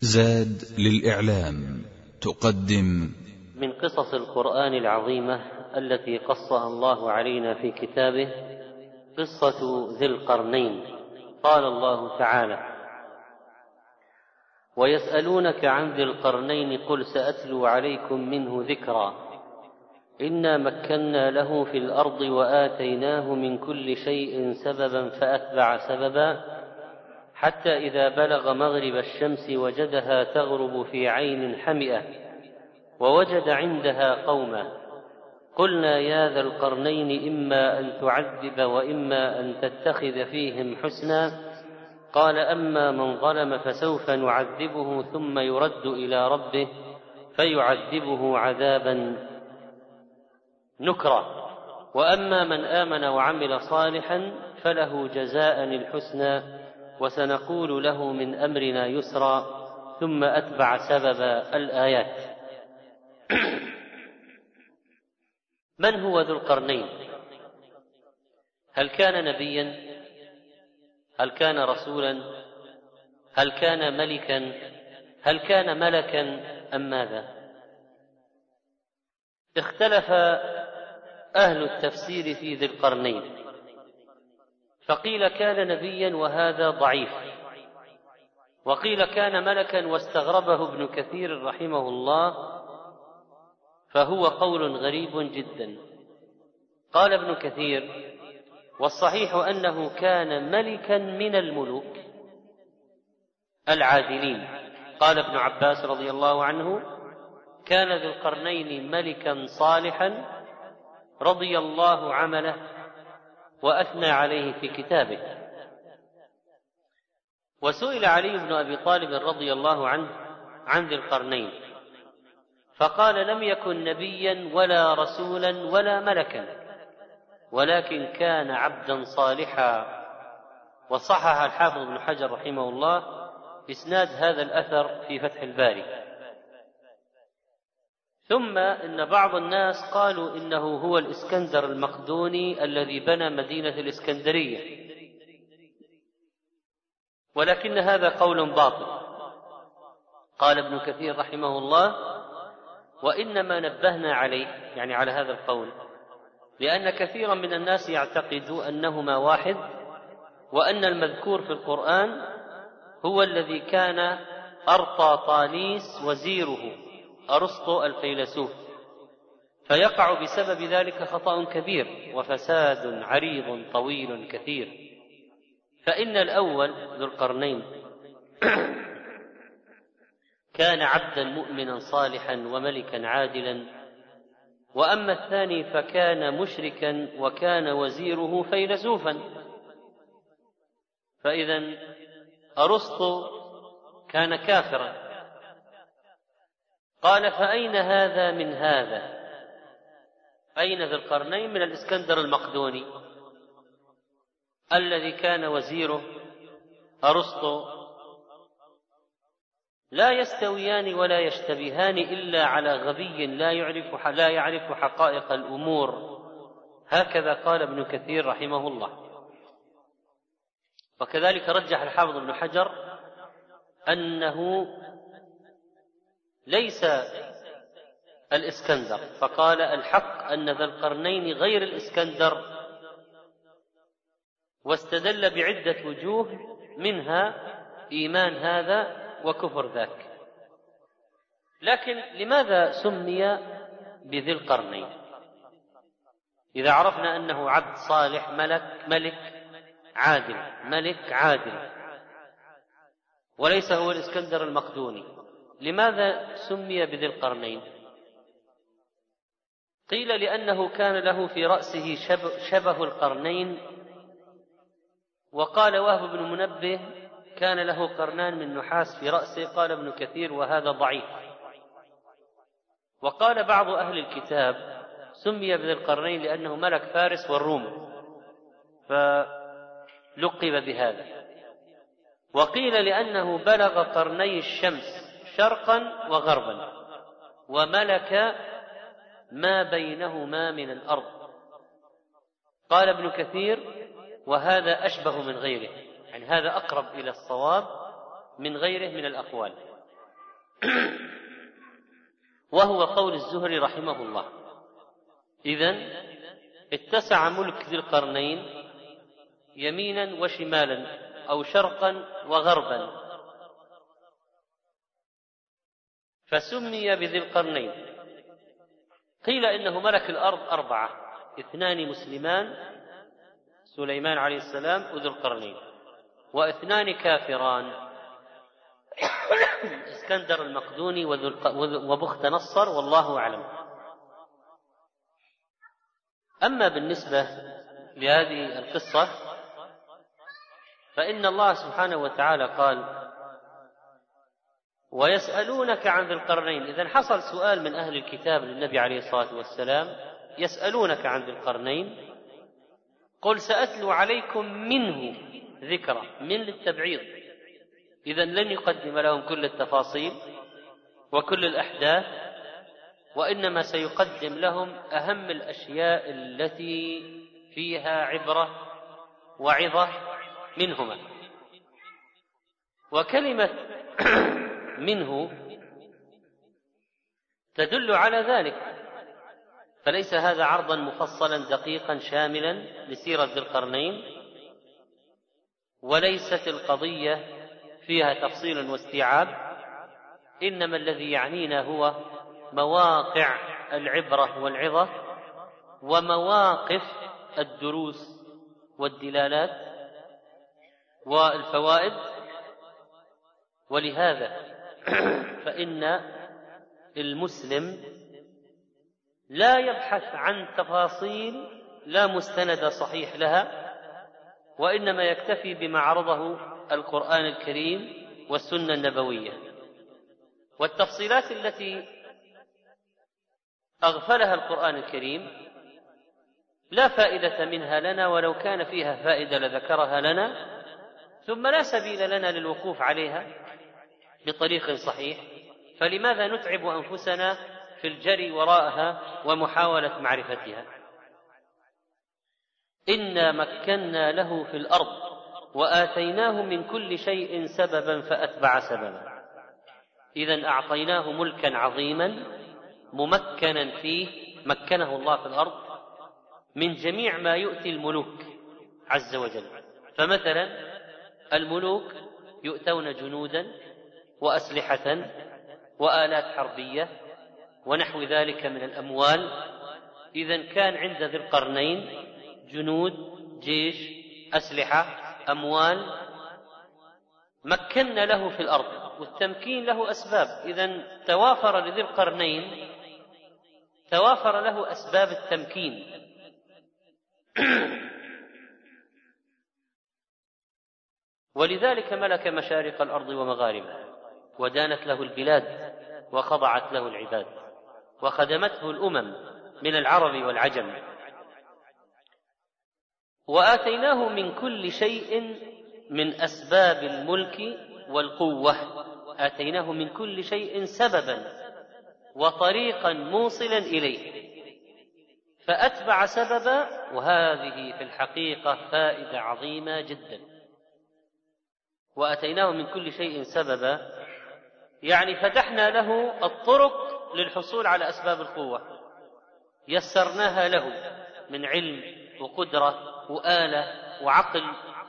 زاد للإعلام تقدم من قصص القرآن العظيمة التي قصها الله علينا في كتابه قصة ذي القرنين. قال الله تعالى: ويسألونك عن ذي القرنين قل سأتلو عليكم منه ذكرا إنا مكنا له في الأرض وآتيناه من كل شيء سببا فأتبع سببا حتى إذا بلغ مغرب الشمس وجدها تغرب في عين حمئة ووجد عندها قوما قلنا يا ذا القرنين إما أن تعذب وإما أن تتخذ فيهم حسنا قال أما من ظلم فسوف نعذبه ثم يرد إلى ربه فيعذبه عذابا نكرا وأما من آمن وعمل صالحا فله جزاء الحسنى وسنقول له من أمرنا يسرا ثم أتبع سبب الآيات. من هو ذو القرنين؟ هل كان نبيا؟ هل كان رسولا؟ هل كان ملكا؟ هل كان ملكا أم ماذا؟ اختلف أهل التفسير في ذي القرنين، فقيل كان نبيا وهذا ضعيف، وقيل كان ملكا واستغربه ابن كثير رحمه الله فهو قول غريب جدا. قال ابن كثير: والصحيح أنه كان ملكا من الملوك العادلين. قال ابن عباس رضي الله عنه: كان ذو القرنين ملكا صالحا رضي الله عمله وأثنى عليه في كتابه. وسئل علي بن أبي طالب رضي الله عنه عن ذي القرنين فقال: لم يكن نبيا ولا رسولا ولا ملكا ولكن كان عبدا صالحا. وصحح الحافظ ابن حجر رحمه الله إسناد هذا الأثر في فتح الباري. ثم إن بعض الناس قالوا إنه هو الإسكندر المقدوني الذي بنى مدينة الإسكندرية، ولكن هذا قول باطل. قال ابن كثير رحمه الله: وإنما نبهنا عليه، يعني على هذا القول، لأن كثيرا من الناس يعتقدوا أنهما واحد، وأن المذكور في القرآن هو الذي كان أرطاطانيس وزيره أرسطو الفيلسوف، فيقع بسبب ذلك خطأ كبير وفساد عريض طويل كثير. فإن الأول ذو القرنين كان عبدا مؤمنا صالحا وملكا عادلا، وأما الثاني فكان مشركا وكان وزيره فيلسوفا. فإذن أرسطو كان كافرا. قال: فأين هذا من هذا؟ أين ذو القرنين من الإسكندر المقدوني الذي كان وزيره أرسطو؟ لا يستويان ولا يشتبهان إلا على غبي لا يعرف حقائق الأمور. هكذا قال ابن كثير رحمه الله. وكذلك رجح الحافظ ابن حجر أنه ليس الإسكندر، فقال: الحق أن ذا القرنين غير الإسكندر، واستدل بعدة وجوه منها إيمان هذا وكفر ذاك. لكن لماذا سمي بذي القرنين إذا عرفنا أنه عبد صالح ملك عادل وليس هو الإسكندر المقدوني؟ لماذا سمي بذي القرنين؟ قيل لأنه كان له في رأسه شبه القرنين. وقال وهب بن منبه: كان له قرنان من نحاس في رأسه. قال ابن كثير: وهذا ضعيف. وقال بعض أهل الكتاب: سمي بذي القرنين لأنه ملك فارس والروم فلقب بهذا. وقيل لأنه بلغ قرني الشمس شرقا وغربا وملك ما بينهما من الأرض. قال ابن كثير: وهذا أشبه من غيره، يعني هذا أقرب إلى الصواب من غيره من الأقوال. وهو قول الزهري رحمه الله: إذن اتسع ملك ذي القرنين يمينا وشمالا أو شرقا وغربا، فسمي بذي القرنين. قيل إنه ملك الأرض 4: 2 مسلمان، سليمان عليه السلام وذو القرنين، و2 كافران، اسكندر المقدوني وبخت نصر، والله أعلم. أما بالنسبة لهذه القصة فإن الله سبحانه وتعالى قال: ويسألونك عن ذي القرنين. إذن حصل سؤال من أهل الكتاب للنبي عليه الصلاة والسلام: يسألونك عن ذي القرنين قل سأتلو عليكم منه ذكرى. من للتبعيض، إذن لن يقدم لهم كل التفاصيل وكل الأحداث، وإنما سيقدم لهم أهم الأشياء التي فيها عبرة وعظة منهما. وكلمة منه تدل على ذلك، فليس هذا عرضا مفصلا دقيقا شاملا لسيرة ذي القرنين، وليست القضية فيها تفصيل واستيعاب، إنما الذي يعنينا هو مواقع العبرة والعظة ومواقف الدروس والدلالات والفوائد. ولهذا فإن المسلم لا يبحث عن تفاصيل لا مستند صحيح لها، وإنما يكتفي بما عرضه القرآن الكريم والسنة النبوية. والتفصيلات التي أغفلها القرآن الكريم لا فائدة منها لنا، ولو كان فيها فائدة لذكرها لنا، ثم لا سبيل لنا للوقوف عليها بطريق صحيح، فلماذا نتعب أنفسنا في الجري وراءها ومحاولة معرفتها؟ إنا مكنا له في الأرض وآتيناه من كل شيء سببا فأتبع سببا. إذن أعطيناه ملكا عظيما ممكنا فيه، مكنه الله في الأرض من جميع ما يؤتي الملوك عز وجل. فمثلا الملوك يؤتون جنودا وأسلحة وآلات حربية ونحو ذلك من الأموال. إذن كان عند ذي القرنين جنود، جيش، أسلحة، أموال، مكنا له في الأرض، والتمكين له أسباب. إذن توافر لذي القرنين توافر له أسباب التمكين. ولذلك ملك مشارق الأرض ومغاربها، ودانت له البلاد وخضعت له العباد، وخدمته الأمم من العرب والعجم. وآتيناه من كل شيء من أسباب الملك والقوة، آتيناه من كل شيء سببا وطريقا موصلا إليه فأتبع سببا. وهذه في الحقيقة فائدة عظيمة جدا. وآتيناه من كل شيء سببا يعني فتحنا له الطرق للحصول على أسباب القوة، يسرناها له من علم وقدرة وآلة وعقل.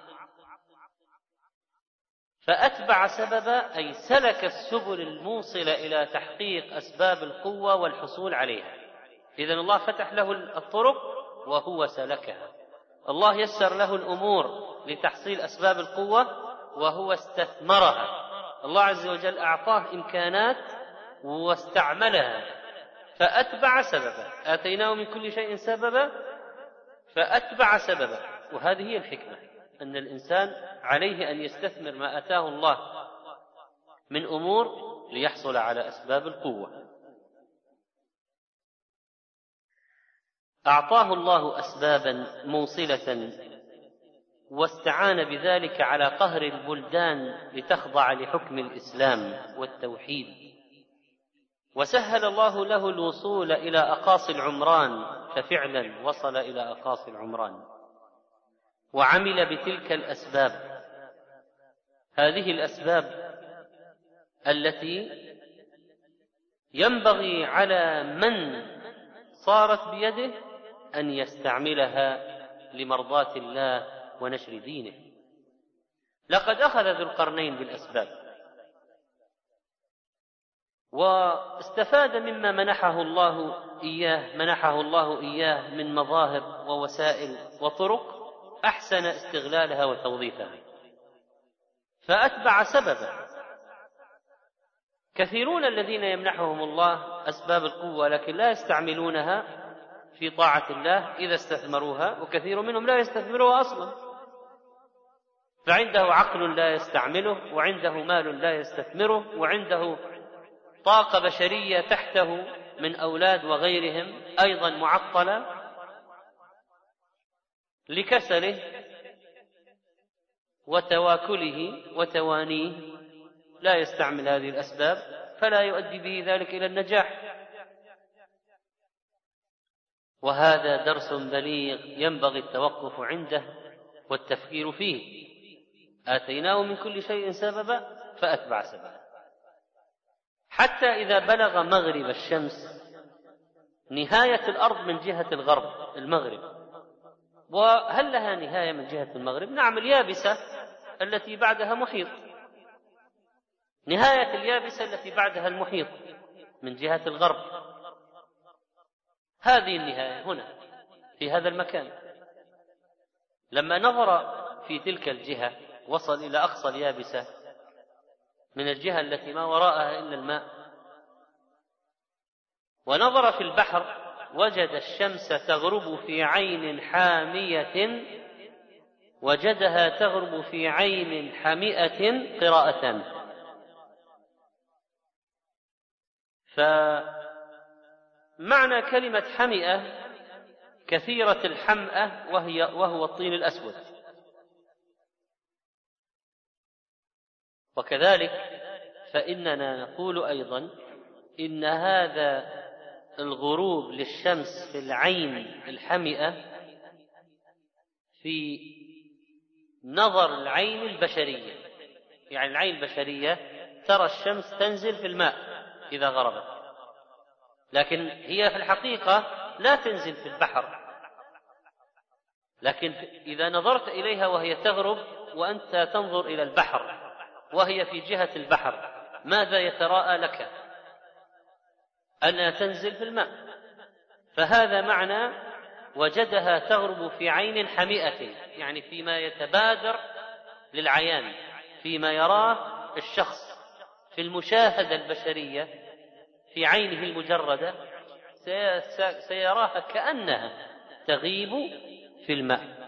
فأتبع سببا أي سلك السبل الموصلة إلى تحقيق أسباب القوة والحصول عليها. إذن الله فتح له الطرق وهو سلكها، الله يسر له الأمور لتحصيل أسباب القوة وهو استثمرها، الله عز وجل أعطاه إمكانات واستعملها فأتبع سببا. آتيناه من كل شيء سببا فأتبع سببا. وهذه هي الحكمة، أن الإنسان عليه أن يستثمر ما آتاه الله من أمور ليحصل على أسباب القوة. أعطاه الله أسبابا موصلة واستعان بذلك على قهر البلدان لتخضع لحكم الإسلام والتوحيد. وسهل الله له الوصول إلى أقاصي العمران، ففعلا وصل إلى أقاصي العمران وعمل بتلك الأسباب. هذه الأسباب التي ينبغي على من صارت بيده أن يستعملها لمرضاة الله ونشر دينه. لقد أخذ ذو القرنين بالأسباب واستفاد مما منحه الله إياه من مظاهر ووسائل وطرق أحسن استغلالها وتوظيفها، فأتبع سببا. كثيرون الذين يمنحهم الله أسباب القوة لكن لا يستعملونها في طاعة الله إذا استثمروها، وكثير منهم لا يستثمروها أصلا، فعنده عقل لا يستعمله، وعنده مال لا يستثمره، وعنده طاقة بشرية تحته من أولاد وغيرهم أيضا معطلة لكسله وتواكله وتوانيه، لا يستعمل هذه الأسباب فلا يؤدي به ذلك إلى النجاح. وهذا درس بليغ ينبغي التوقف عنده والتفكير فيه. آتيناه من كل شيء سببا فأتبع سببا، حتى إذا بلغ مغرب الشمس نهاية الأرض من جهة الغرب المغرب. وهل لها نهاية من جهة المغرب؟ نعم، اليابسة التي بعدها محيط، نهاية اليابسة التي بعدها المحيط من جهة الغرب، هذه النهاية هنا في هذا المكان. لما نظر في تلك الجهة وصل إلى أقصى اليابسة من الجهة التي ما وراءها إلا الماء، ونظر في البحر وجد الشمس تغرب في عين حامية، وجدها تغرب في عين حمئة قراءتان. فمعنى كلمة حمئة كثيرة الحمأة وهو الطين الأسود. وكذلك فإننا نقول أيضا إن هذا الغروب للشمس في العين الحمئة في نظر العين البشرية، يعني العين البشرية ترى الشمس تنزل في الماء إذا غربت، لكن هي في الحقيقة لا تنزل في البحر. لكن إذا نظرت إليها وهي تغرب وأنت تنظر إلى البحر وهي في جهة البحر، ماذا يتراءى لك؟ أنها تنزل في الماء. فهذا معنى وجدها تغرب في عين حمئة، يعني فيما يتبادر للعيان، فيما يراه الشخص في المشاهدة البشرية في عينه المجردة سيراها كأنها تغيب في الماء.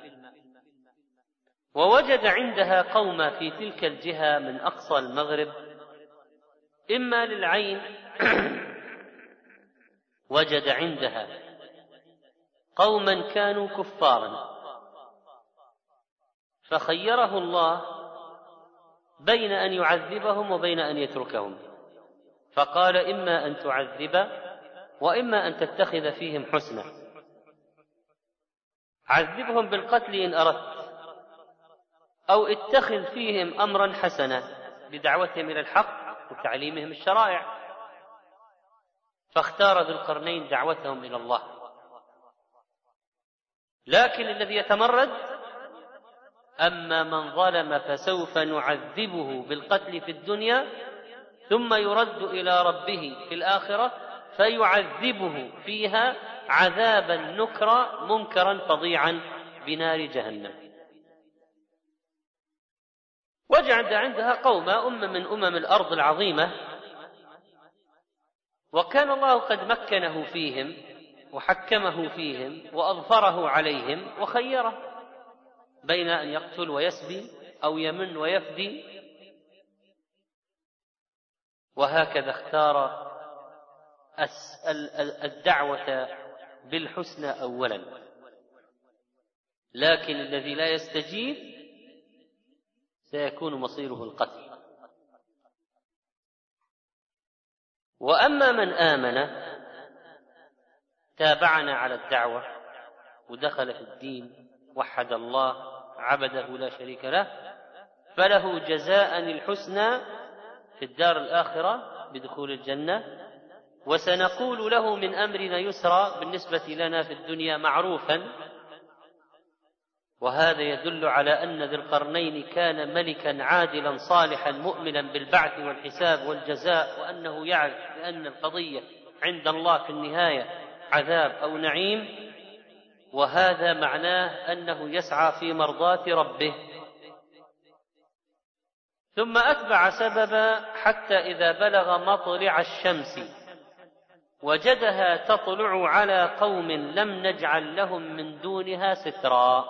ووجد عندها قوما في تلك الجهة من أقصى المغرب، إما للعين وجد عندها قوما كانوا كفارا، فخيره الله بين أن يعذبهم وبين أن يتركهم، فقال إما أن تعذب وإما أن تتخذ فيهم حسنا. عذبهم بالقتل إن أردت، أو اتخذ فيهم أمرا حسنا بدعوتهم إلى الحق وتعليمهم الشرائع. فاختار ذو القرنين دعوتهم إلى الله. لكن الذي يتمرد: أما من ظلم فسوف نعذبه بالقتل في الدنيا ثم يرد إلى ربه في الآخرة فيعذبه فيها عذابا نكرا منكرا فظيعا بنار جهنم. وجد عندها قوما من أمم الأرض العظيمة، وكان الله قد مكنه فيهم وحكمه فيهم وأظفره عليهم وخيره بين أن يقتل ويسبي أو يمن ويفدي. وهكذا اختار الدعوة بالحسنى أولا، لكن الذي لا يستجيب سيكون مصيره القتل. وأما من آمن تابعنا على الدعوة ودخل في الدين وحد الله عبده لا شريك له، فله جزاء الحسنى في الدار الآخرة بدخول الجنة، وسنقول له من أمرنا يسرا بالنسبة لنا في الدنيا معروفا. وهذا يدل على أن ذي القرنين كان ملكا عادلا صالحا مؤمنا بالبعث والحساب والجزاء، وأنه يعرف بأن القضية عند الله في النهاية عذاب أو نعيم، وهذا معناه أنه يسعى في مرضاة ربه. ثم أتبع سببا حتى إذا بلغ مطلع الشمس وجدها تطلع على قوم لم نجعل لهم من دونها سترا،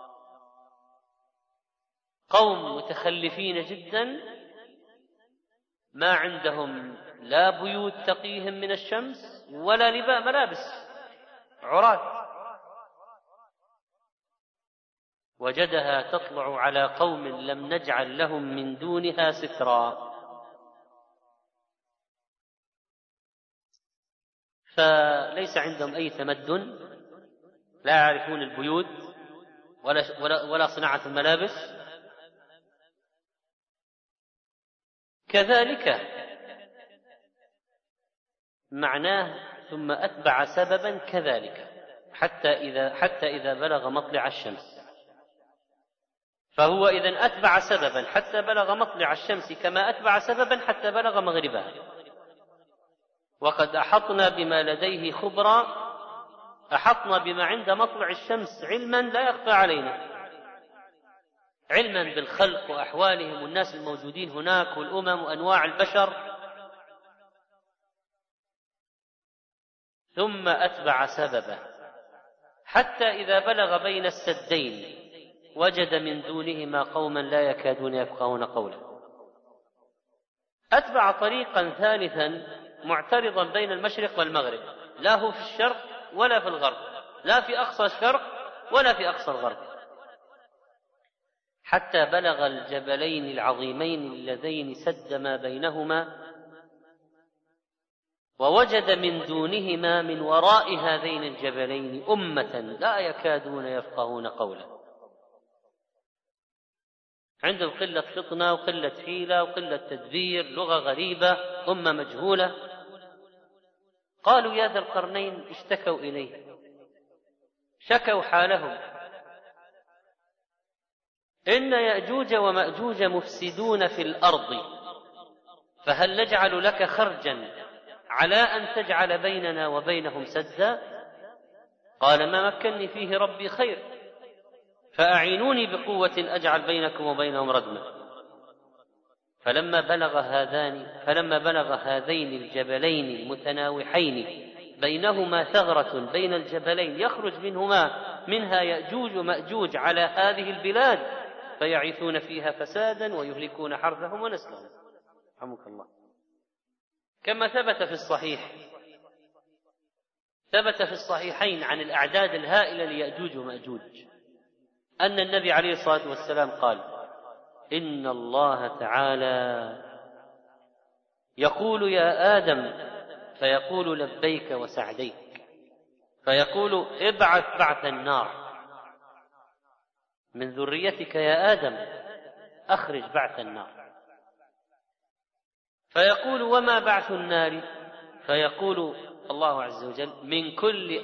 قوم متخلفين جدا ما عندهم لا بيوت تقيهم من الشمس ولا ملابس، عراة. وجدها تطلع على قوم لم نجعل لهم من دونها سترا. فليس عندهم أي تمدن، لا يعرفون البيوت ولا صناعة الملابس. كذلك معناه ثم أتبع سببا كذلك حتى إذا بلغ مطلع الشمس. فهو إذن أتبع سببا حتى بلغ مطلع الشمس كما أتبع سببا حتى بلغ مغربها. وقد أحطنا بما لديه خبرا، أحطنا بما عند مطلع الشمس علما لا يخفى علينا، علما بالخلق وأحوالهم والناس الموجودين هناك والأمم وأنواع البشر. ثم أتبع سببا حتى إذا بلغ بين السدين وجد من دونهما قوما لا يكادون يفقهون قولا. أتبع طريقا ثالثا معترضا بين المشرق والمغرب، لا هو في الشرق ولا في الغرب، لا في أقصى الشرق ولا في أقصى الغرب، حتى بلغ الجبلين العظيمين اللذين سد ما بينهما، ووجد من دونهما من وراء هذين الجبلين أمة لا يكادون يفقهون قولا. عندهم قلة فطنة وقلة حيلة وقلة تدبير، لغة غريبة، أمة مجهولة. قالوا يا ذا القرنين، اشتكوا إليه، شكوا حالهم، إن يأجوج ومأجوج مفسدون في الأرض، فهل نجعل لك خرجا على أن تجعل بيننا وبينهم سدا؟ قال ما مكنني فيه ربي خير فأعينوني بقوة أجعل بينكم وبينهم ردما. فلما بلغ هذين الجبلين المتناوحين بينهما ثغرة بين الجبلين يخرج منها يأجوج ومأجوج على هذه البلاد فيعيثون فيها فسادا ويهلكون حرثهم ونسلهم. رحمك الله. كما ثبت في الصحيحين عن الأعداد الهائلة ليأجوج ومأجوج أن النبي عليه الصلاة والسلام قال إن الله تعالى يقول يا آدم فيقول لبيك وسعديك، فيقول ابعث بعث النار من ذريتك يا آدم، أخرج بعث النار. فيقول وما بعث النار؟ فيقول الله عز وجل من كل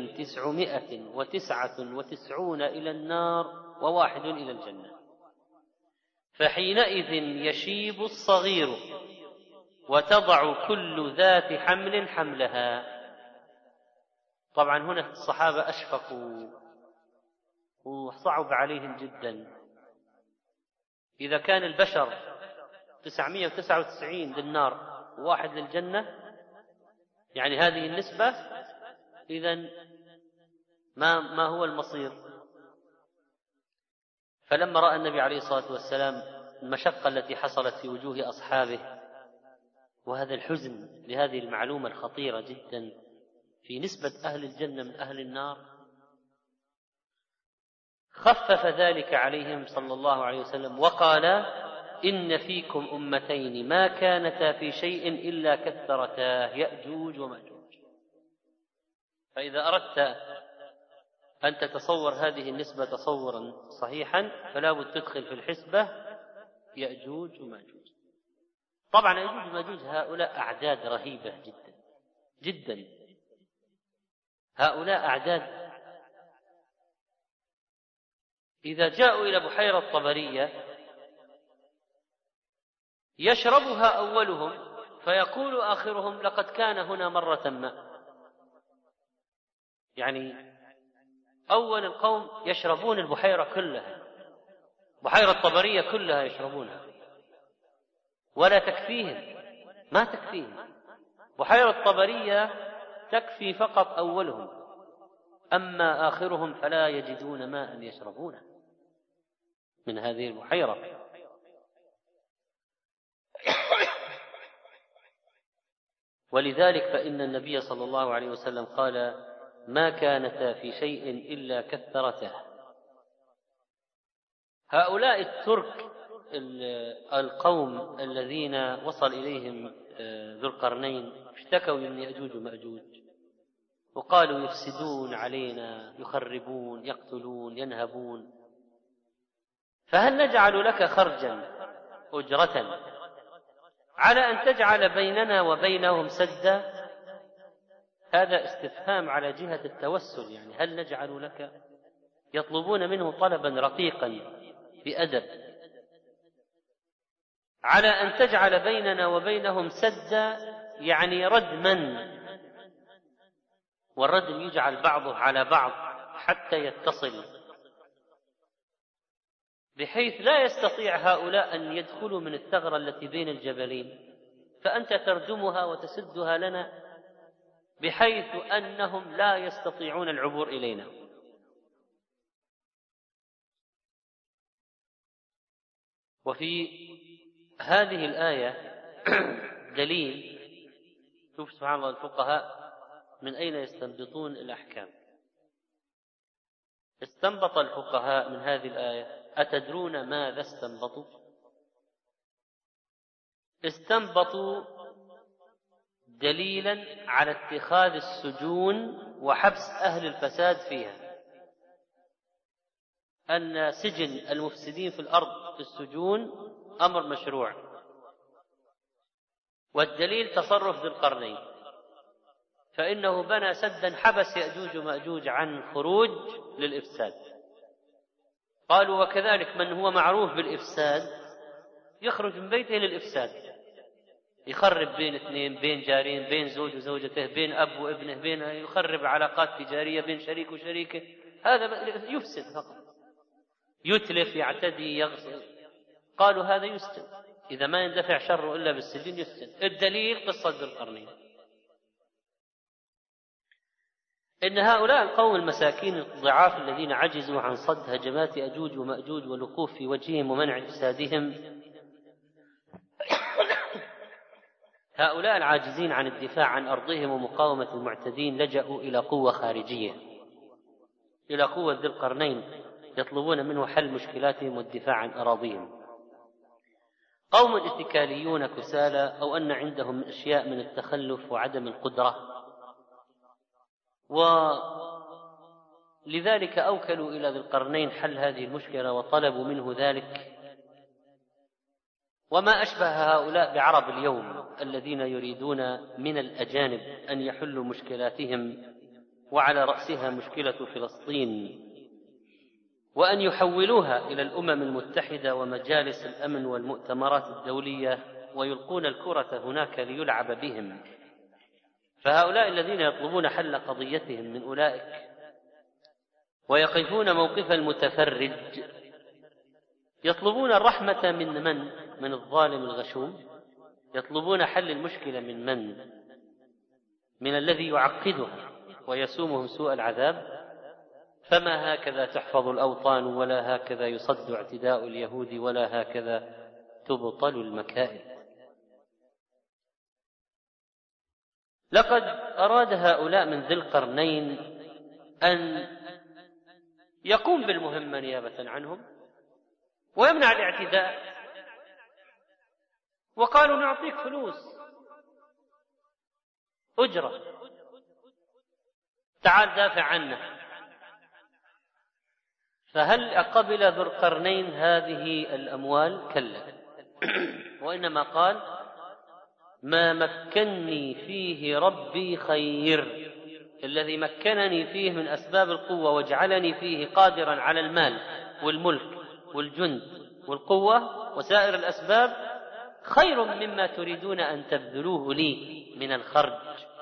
1999 إلى النار و1 إلى الجنة. فحينئذ يشيب الصغير وتضع كل ذات حمل حملها. طبعا هنا الصحابة أشفقوا وصعب عليهم جدا. إذا كان البشر 999 للنار و1 للجنة، يعني هذه النسبة، إذن ما هو المصير؟ فلما رأى النبي عليه الصلاة والسلام المشقة التي حصلت في وجوه أصحابه وهذا الحزن لهذه المعلومة الخطيرة جدا في نسبة أهل الجنة من أهل النار، خفف ذلك عليهم صلى الله عليه وسلم وقال إن فيكم أمتين ما كانتا في شيء إلا كثرتاه، يأجوج ومأجوج. فإذا أردت أن تتصور هذه النسبة تصورا صحيحا فلا بد تدخل في الحسبة يأجوج ومأجوج. طبعا يأجوج ومأجوج هؤلاء أعداد رهيبة جدا، جدا. هؤلاء أعداد. إذا جاءوا إلى بحيرة طبرية يشربها أولهم فيقول آخرهم لقد كان هنا مرة ما. يعني أول القوم يشربون البحيرة كلها، بحيرة طبرية كلها يشربونها ولا تكفيهم، ما تكفيهم. بحيرة طبرية تكفي فقط أولهم، أما آخرهم فلا يجدون ماء يشربونه من هذه البحيرة. ولذلك فإن النبي صلى الله عليه وسلم قال ما كانتا في شيء إلا كثرته. هؤلاء الترك القوم الذين وصل إليهم ذو القرنين اشتكوا من يأجوج ومأجوج وقالوا يفسدون علينا، يخربون، يقتلون، ينهبون، فهل نجعل لك خرجا أجرة على أن تجعل بيننا وبينهم سدا؟ هذا استفهام على جهة التوسل، يعني هل نجعل لك، يطلبون منه طلبا رقيقا بأدب، على أن تجعل بيننا وبينهم سدا، يعني ردما، والردم يجعل بعضه على بعض حتى يتصل، بحيث لا يستطيع هؤلاء أن يدخلوا من الثغرة التي بين الجبلين، فأنت تردمها وتسدها لنا بحيث أنهم لا يستطيعون العبور إلينا. وفي هذه الآية دليل. شوف سبحان الله الفقهاء من أين يستنبطون الأحكام. استنبط الفقهاء من هذه الآية، أتدرون ماذا استنبطوا؟ استنبطوا دليلا على اتخاذ السجون وحبس أهل الفساد فيها، أن سجن المفسدين في الأرض في السجون أمر مشروع، والدليل تصرف ذي القرنين، فإنه بنى سدا حبس يأجوج ومأجوج عن خروج للإفساد. قالوا وكذلك من هو معروف بالإفساد يخرج من بيته للإفساد، يخرب بين اثنين، بين جارين، بين زوج وزوجته، بين أب وابنه، بين يخرب علاقات تجارية بين شريك وشريكه، هذا يفسد فقط، يتلف، يعتدي، يغسل. قالوا هذا يسجن، إذا ما يندفع شره إلا بالسجن يسجن. الدليل قصة ذي القرنين، إن هؤلاء القوم المساكين الضعاف الذين عجزوا عن صد هجمات يأجوج ومأجوج والوقوف في وجههم ومنع إفسادهم، هؤلاء العاجزين عن الدفاع عن أرضهم ومقاومة المعتدين لجأوا إلى قوة خارجية، إلى قوة ذي القرنين، يطلبون منه حل مشكلاتهم والدفاع عن أراضيهم. قوم اتكاليون كسالى، أو أن عندهم أشياء من التخلف وعدم القدرة، ولذلك أوكلوا إلى ذي القرنين حل هذه المشكلة وطلبوا منه ذلك. وما أشبه هؤلاء بعرب اليوم الذين يريدون من الأجانب أن يحلوا مشكلاتهم، وعلى رأسها مشكلة فلسطين، وأن يحولوها إلى الأمم المتحدة ومجالس الأمن والمؤتمرات الدولية ويلقون الكرة هناك ليلعب بهم. فهؤلاء الذين يطلبون حل قضيتهم من أولئك ويقفون موقف المتفرج يطلبون الرحمة من الظالم الغشوم، يطلبون حل المشكلة من الذي يعقدها ويسومهم سوء العذاب. فما هكذا تحفظ الأوطان، ولا هكذا يصد اعتداء اليهود، ولا هكذا تبطل المكائد. لقد أراد هؤلاء من ذي القرنين أن يقوم بالمهمة نيابة عنهم ويمنع الاعتداء، وقالوا نعطيك فلوس أجرة، تعال دافع عنه. فهل قبل ذو القرنين هذه الأموال؟ كلا، وإنما قال ما مكنني فيه ربي خير. الذي مكنني فيه من أسباب القوة وجعلني فيه قادرا على المال والملك والجند والقوة وسائر الأسباب خير مما تريدون أن تبذلوه لي من الخرج،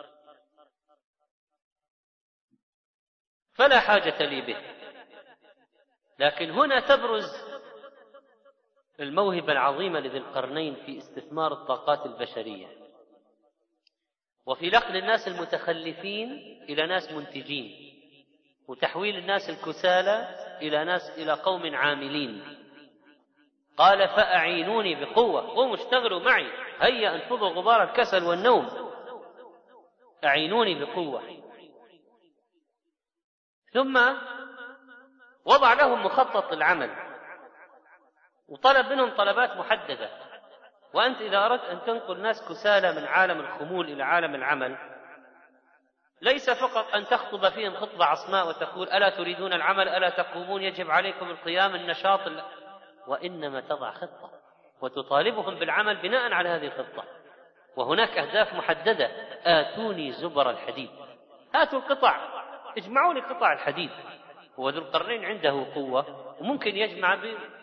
فلا حاجة لي به. لكن هنا تبرز الموهبة العظيمة لذي القرنين في استثمار الطاقات البشرية وفي نقل الناس المتخلفين إلى ناس منتجين، وتحويل الناس الكسالى إلى قوم عاملين. قال فأعينوني بقوة، قوموا اشتغلوا معي، هيا انفضوا غبار الكسل والنوم، أعينوني بقوة. ثم وضع لهم مخطط للعمل وطلب منهم طلبات محددة. وأنت إذا أردت أن تنقل ناس كسالى من عالم الخمول إلى عالم العمل ليس فقط أن تخطب فيهم خطبة عصماء وتقول ألا تريدون العمل، ألا تقومون، يجب عليكم القيام، النشاط، وإنما تضع خطة وتطالبهم بالعمل بناء على هذه الخطة. وهناك أهداف محددة: آتوني زبر الحديد، هاتوا القطع، اجمعوا لي قطع الحديد. وذو القرنين عنده قوة وممكن يجمع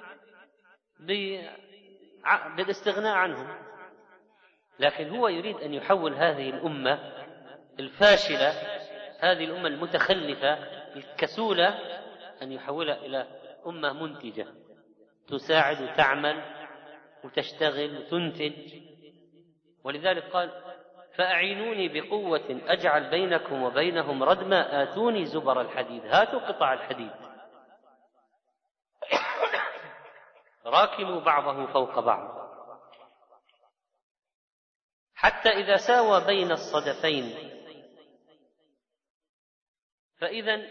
بالاستغناء عنهم، لكن هو يريد أن يحول هذه الأمة الفاشلة، هذه الأمة المتخلفة الكسولة، أن يحولها إلى أمة منتجة تساعد وتعمل وتشتغل وتنتج. ولذلك قال فأعينوني بقوة أجعل بينكم وبينهم ردما آتوني زبر الحديد، هاتوا قطع الحديد، راكموا بعضه فوق بعض حتى إذا ساوى بين الصدفين. فإذا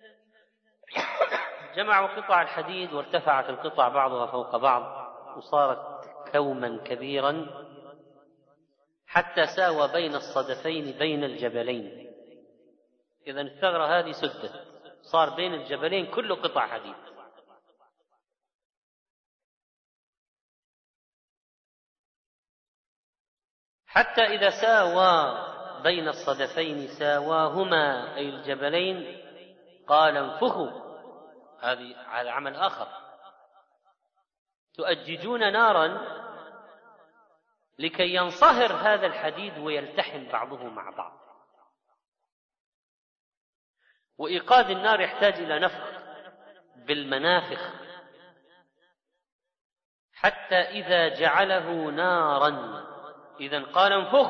جمعوا قطع الحديد وارتفعت القطع بعضها فوق بعض وصارت كوما كبيرا حتى ساوى بين الصدفين بين الجبلين. إذا الثغرة هذه سدت، صار بين الجبلين كله قطع حديد. حتى إذا ساوى بين الصدفين ساواهما أي الجبلين قال انفخوا. هذا عمل آخر، تؤججون نارا لكي ينصهر هذا الحديد ويلتحم بعضه مع بعض. وإيقاد النار يحتاج إلى نفخ بالمنافخ حتى إذا جعله نارا. إذن قال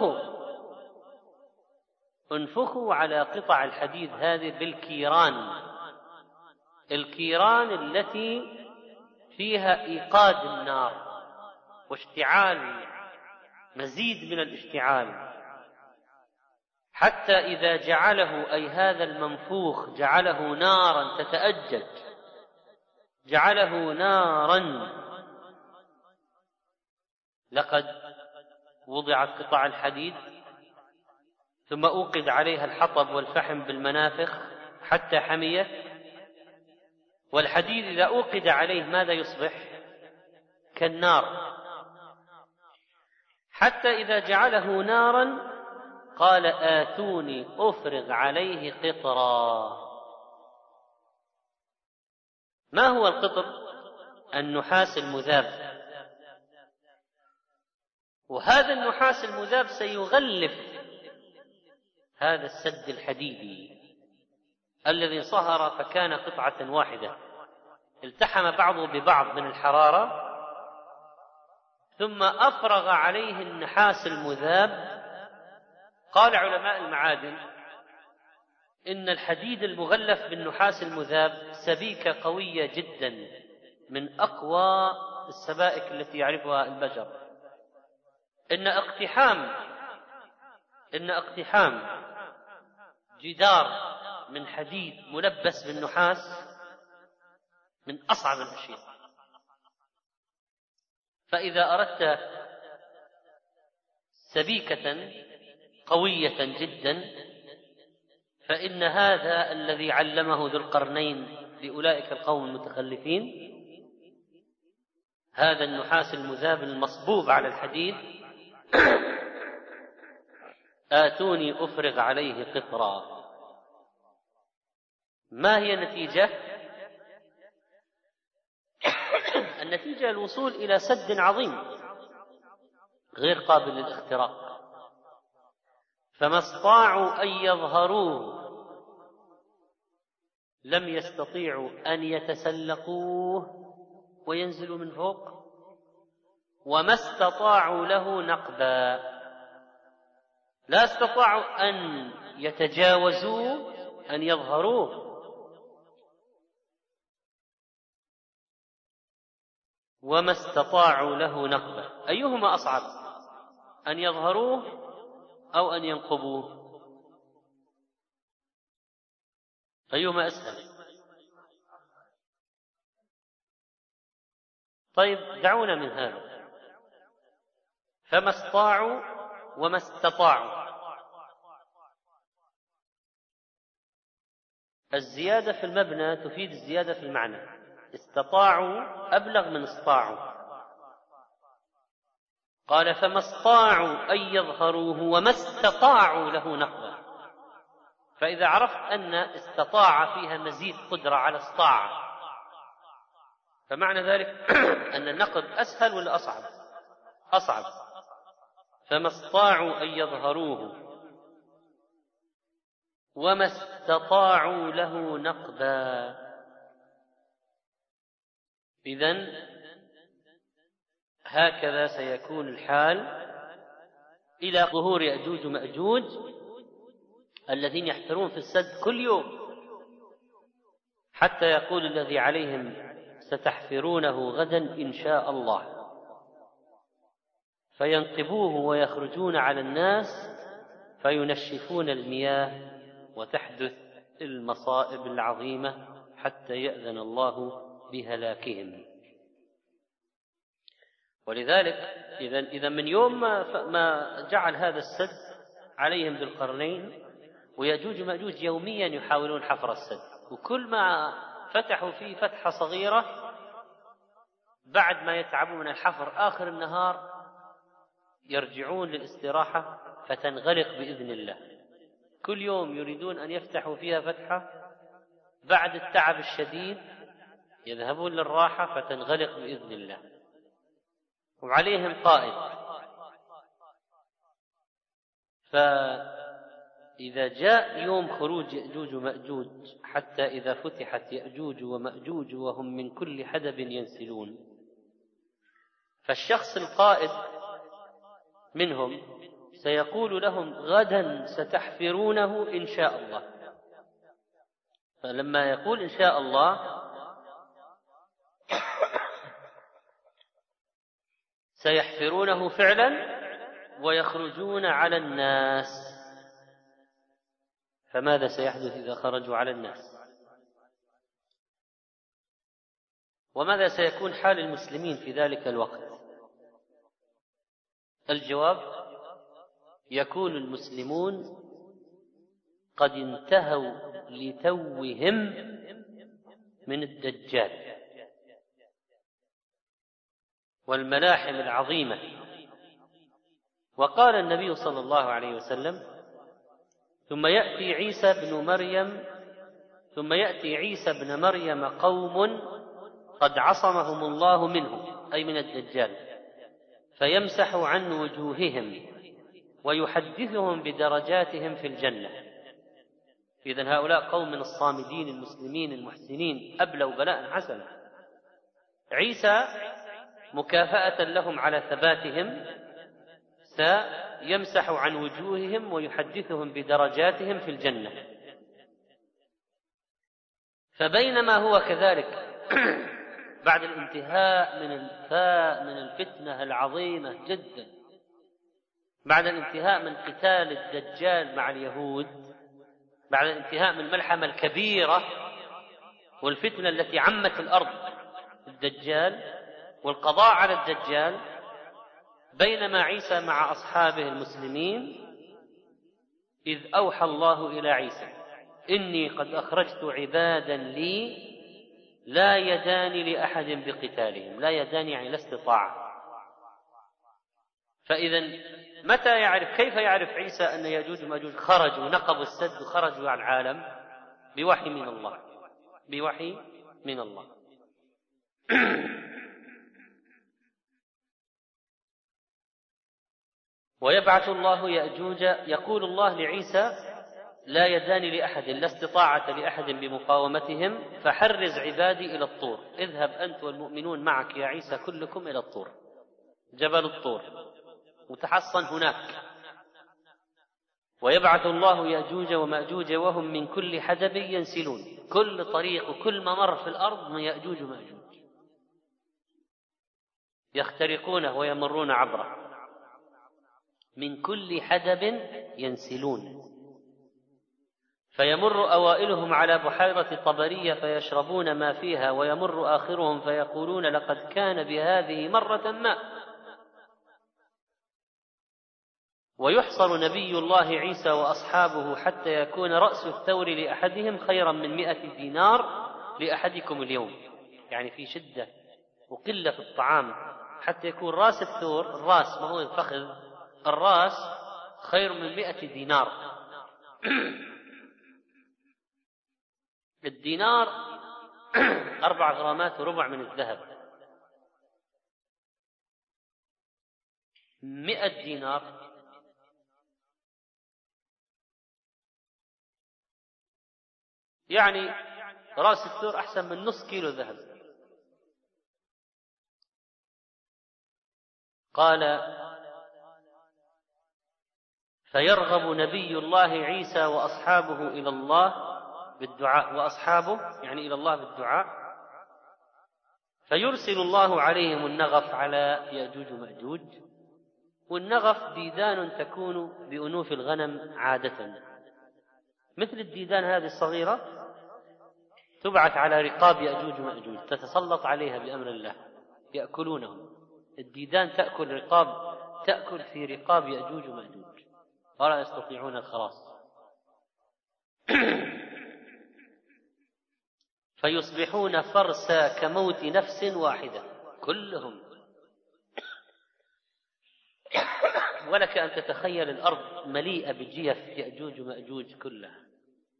انفخوا على قطع الحديد هذه بالكيران، الكيران التي فيها إيقاد النار واشتعال، مزيد من الاشتعال، حتى إذا جعله أي هذا المنفوخ جعله نارا تتأجج، جعله نارا. لقد وضعت قطع الحديد ثم أوقد عليها الحطب والفحم بالمنافخ حتى حميت. والحديد إذا أوقد عليه ماذا يصبح؟ كالنار. حتى إذا جعله نارا قال آتوني أفرغ عليه قطرا. ما هو القطر؟ النحاس المذاب. وهذا النحاس المذاب سيغلف هذا السد الحديدي الذي صهر فكان قطعة واحدة، التحم بعضه ببعض من الحرارة، ثم أفرغ عليه النحاس المذاب. قال علماء المعادن إن الحديد المغلف بالنحاس المذاب سبيكة قوية جدا، من أقوى السبائك التي يعرفها البشر. إن اقتحام جدار من حديد ملبس بالنحاس من أصعب الأشياء. فإذا أردت سبيكة قوية جدا فإن هذا الذي علمه ذو القرنين لأولئك القوم المتخلفين، هذا النحاس المذاب المصبوب على الحديد آتوني أفرغ عليه قطرا. ما هي النتيجة؟ النتيجة الوصول إلى سد عظيم غير قابل للاختراق، فما استطاعوا أن يظهروه لم يستطيعوا أن يتسلقوه وينزلوا من فوق، وما استطاعوا له نقبا، لا استطاعوا أن يتجاوزوه أن يظهروه، وما استطاعوا له نقبا. أيهما أصعب، أن يظهروه أو أن ينقبوه؟ أيهما أسهل؟ طيب دعونا من هذا. فما استطاعوا وما استطاعوا، الزيادة في المبنى تفيد الزيادة في المعنى. استطاعوا أبلغ من استطاعوا. قال فما استطاعوا أن يظهروه وما استطاعوا له نقبا. فإذا عرفت أن استطاع فيها مزيد قدرة على استطاع، فمعنى ذلك أن النقب أسهل ولا أصعب؟ أصعب. فما استطاعوا أن يظهروه وما استطاعوا له نقبا. إذن هكذا سيكون الحال إلى ظهور يأجوج ومأجوج الذين يحفرون في السد كل يوم، حتى يقول الذي عليهم ستحفرونه غدا إن شاء الله، فينقبوه ويخرجون على الناس فينشفون المياه وتحدث المصائب العظيمة حتى يأذن الله بهلاكهم. ولذلك إذا من يوم ما جعل هذا السد عليهم ذو القرنين، ويأجوج ومأجوج يوميا يحاولون حفر السد، وكل ما فتحوا فيه فتحة صغيرة بعد ما يتعبوا من الحفر آخر النهار يرجعون للاستراحة فتنغلق بإذن الله. كل يوم يريدون أن يفتحوا فيها فتحة، بعد التعب الشديد يذهبون للراحة فتنغلق بإذن الله. وعليهم قائد، فإذا جاء يوم خروج يأجوج ومأجوج حتى إذا فتحت يأجوج ومأجوج وهم من كل حدب ينسلون، فالشخص القائد منهم سيقول لهم غدا ستحفرونه إن شاء الله. فلما يقول إن شاء الله سيحفرونه فعلا ويخرجون على الناس. فماذا سيحدث إذا خرجوا على الناس؟ وماذا سيكون حال المسلمين في ذلك الوقت؟ الجواب: يكون المسلمون قد انتهوا لتوهم من الدجال والملاحم العظيمة. وقال النبي صلى الله عليه وسلم: ثم يأتي عيسى ابن مريم قوم قد عصمهم الله منه، أي من الدجال، فيمسح عن وجوههم ويحدثهم بدرجاتهم في الجنة. إذن هؤلاء قوم من الصامدين المسلمين المحسنين أبلوا بلاء حسنا. عيسى مكافأة لهم على ثباتهم سيمسح عن وجوههم ويحدثهم بدرجاتهم في الجنة. فبينما هو كذلك بعد الانتهاء من الفتنة العظيمة جدا، بعد الانتهاء من قتال الدجال مع اليهود، بعد الانتهاء من الملحمة الكبيرة والفتنة التي عمت الأرض الدجال والقضاء على الدجال، بينما عيسى مع أصحابه المسلمين إذ أوحى الله إلى عيسى: إني قد أخرجت عبادا لي لا يدان لأحد بقتالهم. لا يدان يعني لا استطاعة. فإذا متى يعرف، كيف يعرف عيسى أن يأجوج ومأجوج خرجوا نقبوا السد وخرجوا على العالم؟ بوحي من الله، بوحي من الله. ويبعث الله يأجوج. يقول الله لعيسى: لا يدان لأحد، لا استطاعة لأحد بمقاومتهم، فحرز عبادي إلى الطور. اذهب أنت والمؤمنون معك يا عيسى كلكم إلى الطور، جبل الطور، وتحصن هناك. ويبعث الله يأجوج ومأجوج وهم من كل حدب ينسلون، كل طريق وكل ممر في الأرض من يأجوج ومأجوج يخترقونه ويمرون عبره. من كل حدب ينسلون، فيمر أوائلهم على بحيرة طبرية فيشربون ما فيها، ويمر آخرهم فيقولون: لقد كان بهذه مرة ماء. ويحصر نبي الله عيسى وأصحابه حتى يكون رأس الثور لأحدهم خيرا من 100 دينار لأحدكم اليوم، يعني في شدة وقلة في الطعام، حتى يكون رأس الثور، الرأس ما هو الفخذ، الرأس خير من 100 دينار. الدينار 4 غرامات وربع من الذهب. 100 دينار يعني رأس الثور أحسن من نصف كيلو ذهب. قال: فيرغب نبي الله عيسى وأصحابه إلى الله بالدعاء، وأصحابه يعني إلى الله بالدعاء، فيرسل الله عليهم النغف على يأجوج ومأجوج. والنغف ديدان تكون بأنوف الغنم عادة، مثل الديدان هذه الصغيرة، تبعث على رقاب يأجوج ومأجوج، تتسلط عليها بأمر الله، يأكلونهم. الديدان تأكل في رقاب يأجوج ومأجوج ولا يستطيعون الخلاص. فيصبحون فرسا كموت نفس واحدة كلهم. ولك أن تتخيل الأرض مليئة بجيف يأجوج ومأجوج كلها.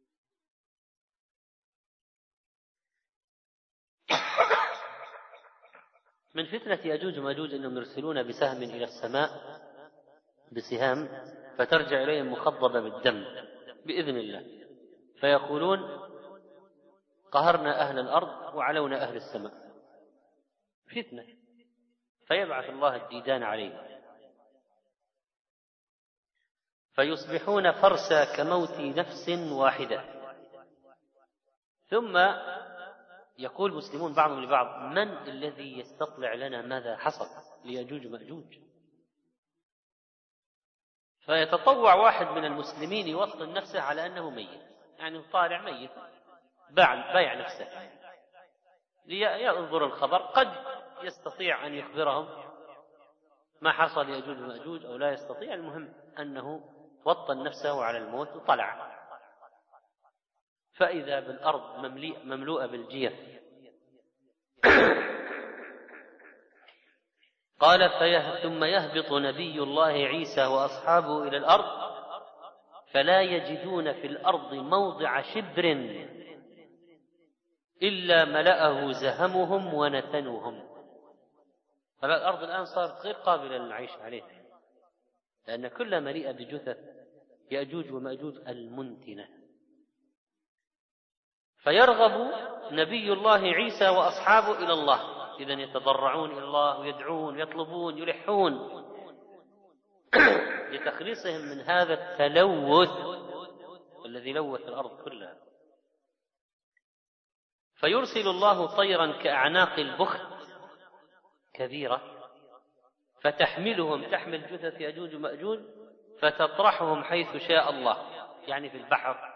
من فتنة يأجوج ومأجوج أنهم يرسلون بسهم إلى السماء، بسهام، فترجع إليهم مخضبة بالدم بإذن الله، فيقولون: قهرنا أهل الأرض وعلونا أهل السماء. فتنة. فيبعث الله الديدان عليهم، فيصبحون فرسا كموت نفس واحدة. ثم يقول المسلمون بعضهم لبعض: من الذي يستطلع لنا ماذا حصل ليأجوج ومأجوج؟ فيتطوع واحد من المسلمين يوطن نفسه على أنه ميت، يعني طالع ميت، بايع نفسه لينظر الخبر، قد يستطيع أن يخبرهم ما حصل ليأجوج ومأجوج أو لا يستطيع. المهم أنه وطن نفسه على الموت وطلع، فإذا بالأرض مملوءة بالجيف. قال: ثم يهبط نبي الله عيسى وأصحابه إلى الأرض، فلا يجدون في الأرض موضع شبر إلا ملأه زهمهم ونتنهم. فالأرض الآن صارت غير قابلة للعيش عليها، لأن كلها مليئة بجثث يأجوج ومأجوج المنتنة. فيرغب نبي الله عيسى وأصحابه إلى الله، إذن يتضرعون إلى الله ويدعون يطلبون يلحون لتخليصهم من هذا التلوث الذي لوث الأرض كلها. فيرسل الله طيرا كأعناق البخت كبيرة، فتحملهم، تحمل جثث يأجوج ومأجوج، فتطرحهم حيث شاء الله، يعني في البحر.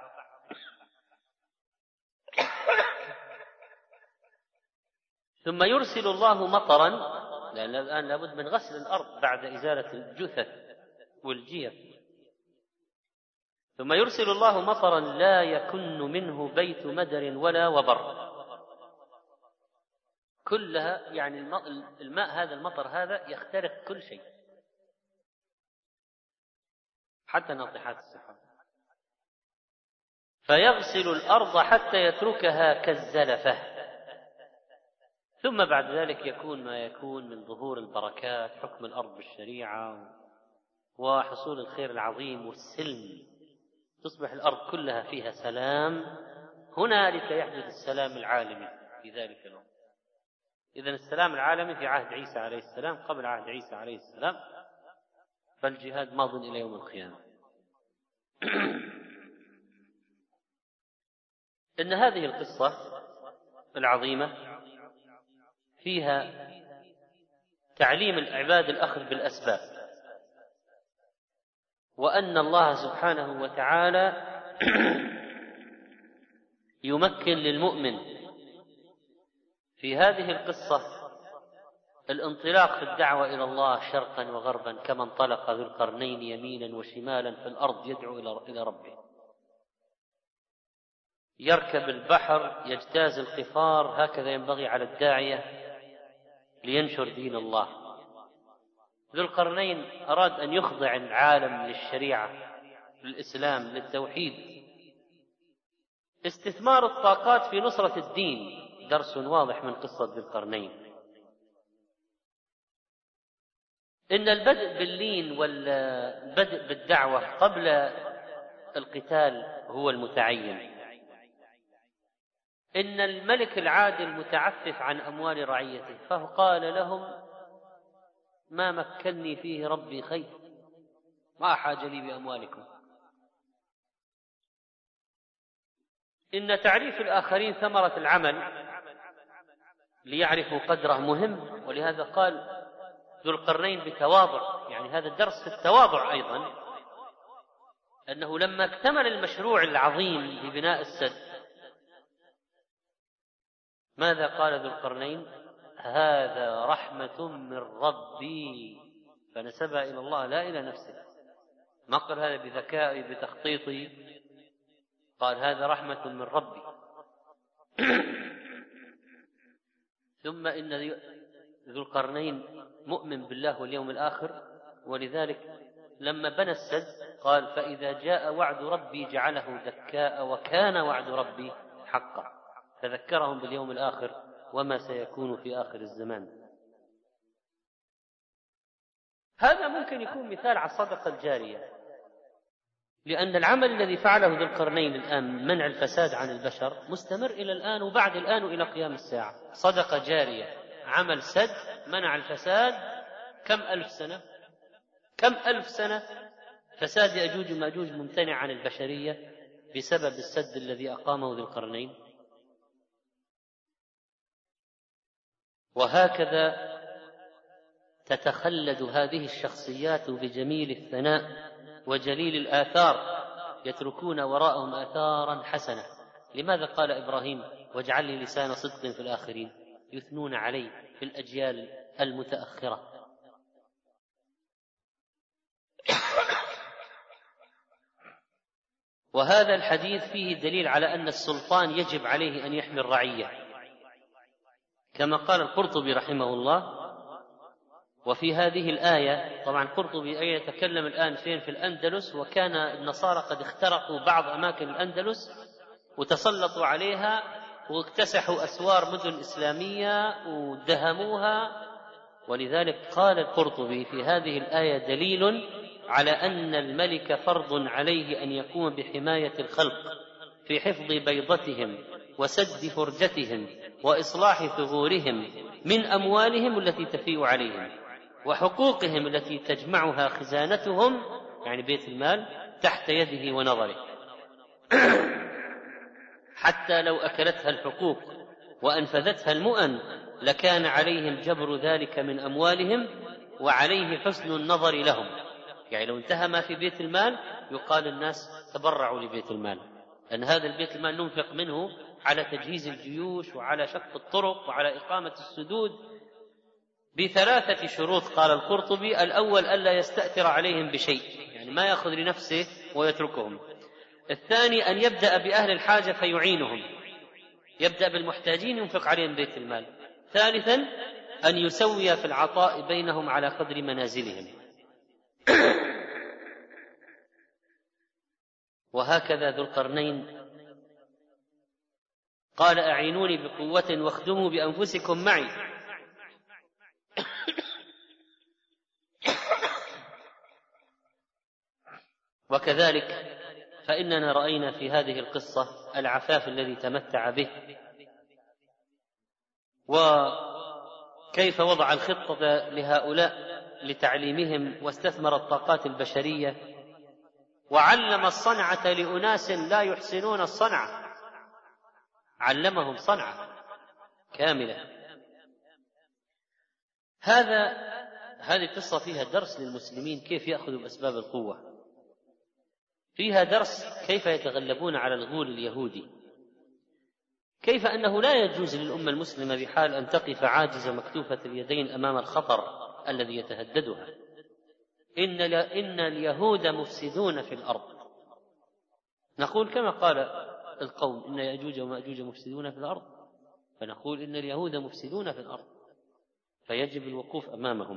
ثم يرسل الله مطرا، لأن الآن لابد من غسل الأرض بعد إزالة الجثث والجيف. ثم يرسل الله مطرا لا يكن منه بيت مدر ولا وبر، كلها يعني الماء هذا، المطر هذا يخترق كل شيء، حتى ناطحات السحاب، فيغسل الأرض حتى يتركها كالزلفة، ثم بعد ذلك يكون ما يكون من ظهور البركات، حكم الأرض بالشريعة وحصول الخير العظيم والسلم، تصبح الأرض كلها فيها سلام. هنالك يحدث السلام العالمي في ذلك الوقت. إذن السلام العالمي في عهد عيسى عليه السلام، قبل عهد عيسى عليه السلام، فالجهاد ماض إلى يوم القيامة. إن هذه القصة العظيمة فيها تعليم العباد الأخذ بالأسباب، وأن الله سبحانه وتعالى يمكن للمؤمن في هذه القصة الانطلاق في الدعوة إلى الله شرقا وغربا، كما انطلق ذو القرنين يمينا وشمالا في الأرض يدعو إلى ربه، يركب البحر يجتاز القفار. هكذا ينبغي على الداعية لينشر دين الله. ذو القرنين أراد أن يخضع العالم للشريعة، للإسلام، للتوحيد. استثمار الطاقات في نصرة الدين درس واضح من قصة ذو القرنين. إن البدء باللين والبدء بالدعوة قبل القتال هو المتعين. إن الملك العادل متعفف عن أموال رعيته، فقال لهم: ما مكنني فيه ربي خير، ما حاجة لي بأموالكم. إن تعريف الآخرين ثمرة العمل ليعرفوا قدره مهم، ولهذا قال ذو القرنين بتواضع، يعني هذا الدرس في التواضع أيضا، أنه لما اكتمل المشروع العظيم لبناء السد ماذا قال ذو القرنين؟ هذا رحمة من ربي، فنسبها إلى الله لا إلى نفسه. ما قال هذا بذكائي بتخطيطي، قال هذا رحمة من ربي. ثم إن ذو القرنين مؤمن بالله واليوم الآخر، ولذلك لما بنى السد قال: فإذا جاء وعد ربي جعله دكاء وكان وعد ربي حقا. فذكرهم باليوم الآخر وما سيكون في آخر الزمان. هذا ممكن يكون مثال على الصدقة الجارية، لأن العمل الذي فعله ذو القرنين الآن منع الفساد عن البشر مستمر إلى الآن وبعد الآن وإلى قيام الساعة. صدقة جارية، عمل سد منع الفساد كم ألف سنة، كم ألف سنة فساد يأجوج وماجوج ممتنع عن البشرية بسبب السد الذي أقامه ذو القرنين. وهكذا تتخلد هذه الشخصيات بجميل الثناء وجليل الآثار، يتركون وراءهم آثارا حسنة. لماذا قال إبراهيم: واجعل لي لسان صدق في الآخرين؟ يثنون عليه في الأجيال المتأخرة. وهذا الحديث فيه دليل على أن السلطان يجب عليه أن يحمي الرعية، كما قال القرطبي رحمه الله. وفي هذه الآية، طبعا القرطبي يتكلم الآن فين؟ في الأندلس، وكان النصارى قد اخترقوا بعض أماكن الأندلس وتسلطوا عليها واكتسحوا أسوار مدن إسلامية ودهموها. ولذلك قال القرطبي في هذه الآية دليل على أن الملك فرض عليه أن يقوم بحماية الخلق في حفظ بيضتهم وسد فرجتهم وإصلاح ثغورهم من أموالهم التي تفيء عليهم وحقوقهم التي تجمعها خزانتهم، يعني بيت المال، تحت يده ونظره، حتى لو أكلتها الحقوق وأنفذتها المؤن لكان عليهم جبر ذلك من أموالهم وعليه حسن النظر لهم. يعني لو انتهى ما في بيت المال يقال الناس تبرعوا لبيت المال، أن هذا البيت المال ننفق منه على تجهيز الجيوش وعلى شق الطرق وعلى إقامة السدود ب3 شروط. قال القرطبي: الأول ألا يستأثر عليهم بشيء، يعني ما يأخذ لنفسه ويتركهم. الثاني أن يبدأ بأهل الحاجة فيعينهم، يبدأ بالمحتاجين ينفق عليهم بيت المال. ثالثا أن يسوي في العطاء بينهم على قدر منازلهم. وهكذا ذو القرنين قال أعينوني بقوة واخدموا بأنفسكم معي. وكذلك فإننا رأينا في هذه القصة العفاف الذي تمتع به، وكيف وضع الخطة لهؤلاء لتعليمهم واستثمر الطاقات البشرية، وعلم الصنعة لأناس لا يحسنون الصنعة، علمهم صنعة كاملة. هذه القصة فيها درس للمسلمين كيف يأخذوا بأسباب القوة، فيها درس كيف يتغلبون على الغول اليهودي، كيف أنه لا يجوز للأمة المسلمة بحال أن تقف عاجزة مكتوفة اليدين أمام الخطر الذي يتهددها. إن اليهود مفسدون في الأرض، نقول كما قال القوم إن يأجوج ومأجوج مفسدون في الأرض، فنقول إن اليهود مفسدون في الأرض، فيجب الوقوف أمامهم.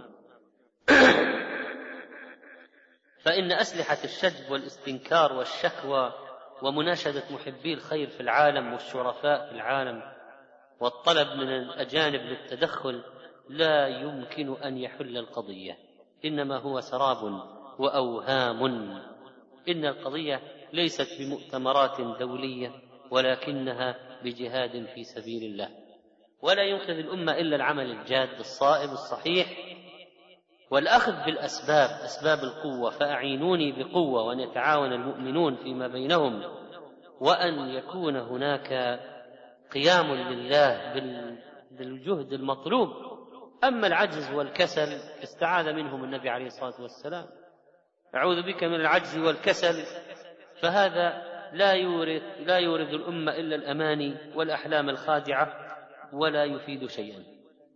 فإن أسلحة الشجب والاستنكار والشكوى ومناشدة محبي الخير في العالم والشرفاء في العالم والطلب من الأجانب للتدخل لا يمكن أن يحل القضية، إنما هو سراب وأوهام. إن القضية ليست بمؤتمرات دولية، ولكنها بجهاد في سبيل الله، ولا ينقذ الأمة إلا العمل الجاد الصائب الصحيح والأخذ بالأسباب، أسباب القوة. فأعينوني بقوة، وأن يتعاون المؤمنون فيما بينهم، وأن يكون هناك قيام لله بالجهد المطلوب. أما العجز والكسل استعاذ منهم النبي عليه الصلاة والسلام: أعوذ بك من العجز والكسل. فهذا لا يورث الأمة إلا الأماني والأحلام الخادعة، ولا يفيد شيئا.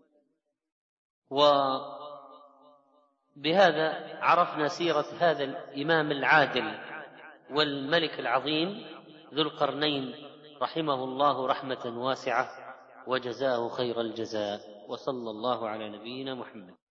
وبهذا عرفنا سيرة هذا الإمام العادل والملك العظيم ذو القرنين رحمه الله رحمة واسعة، وجزاه خير الجزاء، وصلى الله على نبينا محمد.